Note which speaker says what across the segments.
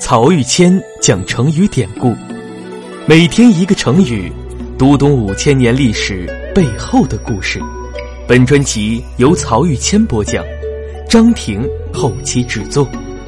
Speaker 1: 曹玉谦讲成语典故，每天一个成语，读懂5000年历史背后的故事。本专辑由曹玉谦播讲，张婷后期制作。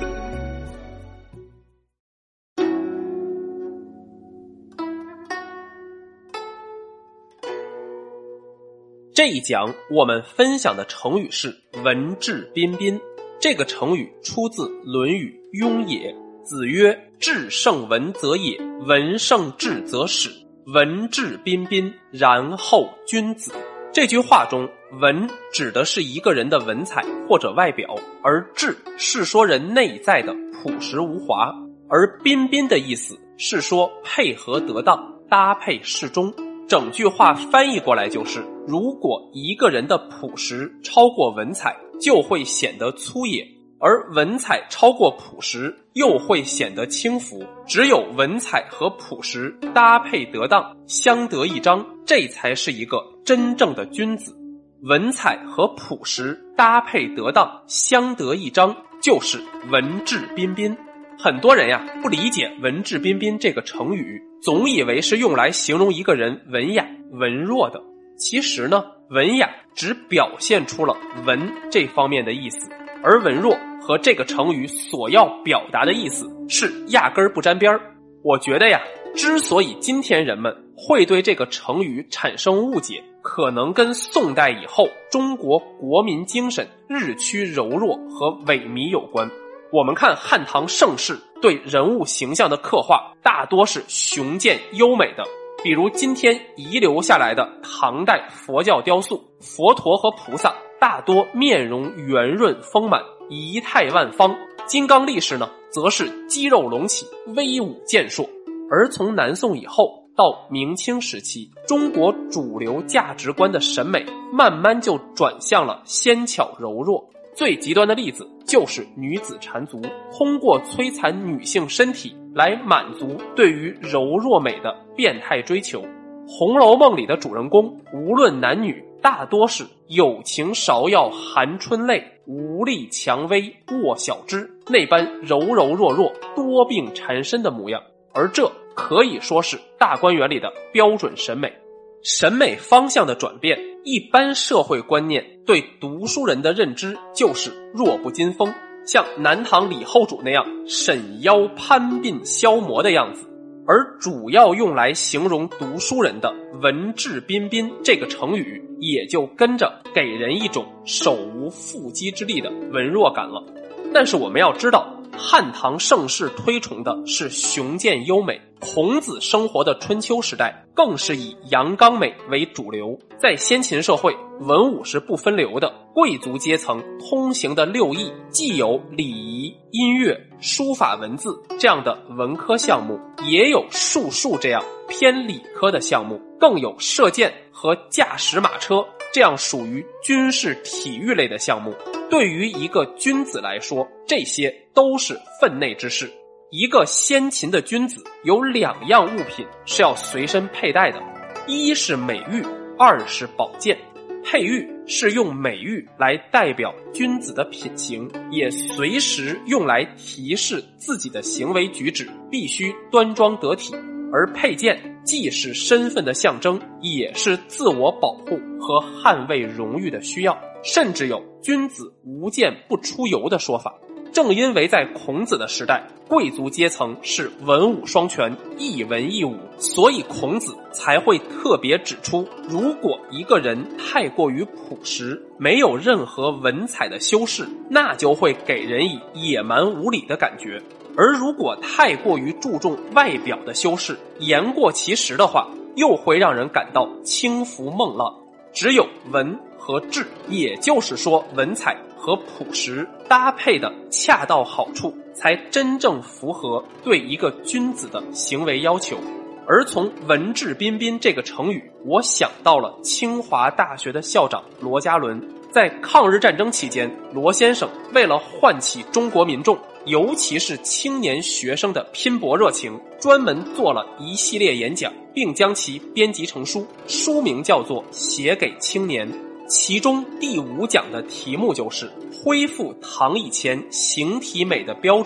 Speaker 2: 这一讲我们分享的成语是文质彬彬。这个成语出自《论语·雍也》，子曰：至圣文则也，文圣至则始，文质彬彬，然后君子。这句话中，文指的是一个人的文采或者外表，而质是说人内在的朴实无华，而彬彬的意思是说配合得当，搭配适中。整句话翻译过来就是，如果一个人的朴实超过文采，就会显得粗野，而文采超过朴实又会显得轻浮。只有文采和朴实搭配得当，相得益彰，这才是一个真正的君子。文采和朴实搭配得当，相得益彰，就是文质彬彬。很多人不理解文质彬彬这个成语，总以为是用来形容一个人文雅文弱的。其实呢，文雅只表现出了文这方面的意思，而文弱和这个成语所要表达的意思是压根儿不沾边儿。我觉得之所以今天人们会对这个成语产生误解，可能跟宋代以后中国国民精神日趋柔弱和萎靡有关。我们看汉唐盛世对人物形象的刻画，大多是雄健优美的。比如今天遗留下来的唐代佛教雕塑，佛陀和菩萨大多面容圆润丰满，仪态万方。金刚力士呢，则是肌肉隆起，威武健硕。而从南宋以后到明清时期，中国主流价值观的审美慢慢就转向了纤巧柔弱。最极端的例子就是女子缠足，通过摧残女性身体来满足对于柔弱美的变态追求。《红楼梦》里的主人公无论男女，大多是有情芍药含春泪，无力蔷薇卧小枝，那般柔柔弱弱，多病缠身的模样。而这可以说是大观园里的标准审美。审美方向的转变，一般社会观念对读书人的认知就是弱不禁风，像南唐李后主那样沈腰攀鬓消磨的样子。而主要用来形容读书人的文质彬彬这个成语，也就跟着给人一种手无缚鸡之力的文弱感了。但是我们要知道，汉唐盛世推崇的是雄健优美，孔子生活的春秋时代更是以阳刚美为主流。在先秦社会，文武是不分流的，贵族阶层通行的六艺既有礼仪、音乐、书法文字这样的文科项目，也有术数这样偏理科的项目，更有射箭和驾驶马车这样属于军事体育类的项目。对于一个君子来说，这些都是分内之事。一个先秦的君子有2样物品是要随身佩戴的，一是美玉，二是宝剑。佩玉是用美玉来代表君子的品行，也随时用来提示自己的行为举止必须端庄得体。而佩剑既是身份的象征，也是自我保护和捍卫荣誉的需要，甚至有君子无剑不出游的说法。正因为在孔子的时代，贵族阶层是文武双全，一文一武，所以孔子才会特别指出，如果一个人太过于朴实，没有任何文采的修饰，那就会给人以野蛮无理的感觉。而如果太过于注重外表的修饰，言过其实的话，又会让人感到轻浮梦浪。只有文和质，也就是说文采和朴实搭配的恰到好处，才真正符合对一个君子的行为要求。而从文质彬彬这个成语，我想到了清华大学的校长罗家伦。在抗日战争期间，罗先生为了唤起中国民众，尤其是青年学生的拼搏热情，专门做了一系列演讲，并将其编辑成书，书名叫做《写给青年》。其中第5讲的题目就是恢复唐以前形体美的标准。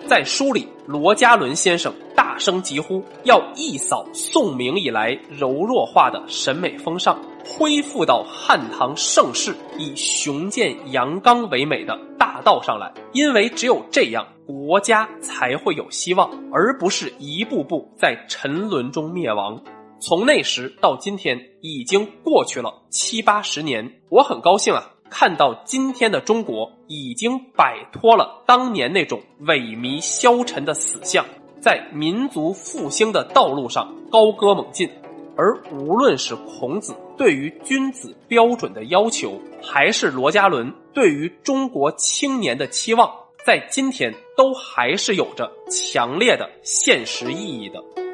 Speaker 2: 在书里，罗家伦先生大声疾呼，要一扫宋明以来柔弱化的审美风尚，恢复到汉唐盛世以雄健阳刚为美的大道上来，因为只有这样，国家才会有希望，而不是一步步在沉沦中灭亡。从那时到今天已经过去了70、80年，我很高兴啊，看到今天的中国已经摆脱了当年那种萎靡消沉的死相，在民族复兴的道路上高歌猛进。而无论是孔子对于君子标准的要求，还是罗家伦对于中国青年的期望，在今天都还是有着强烈的现实意义的。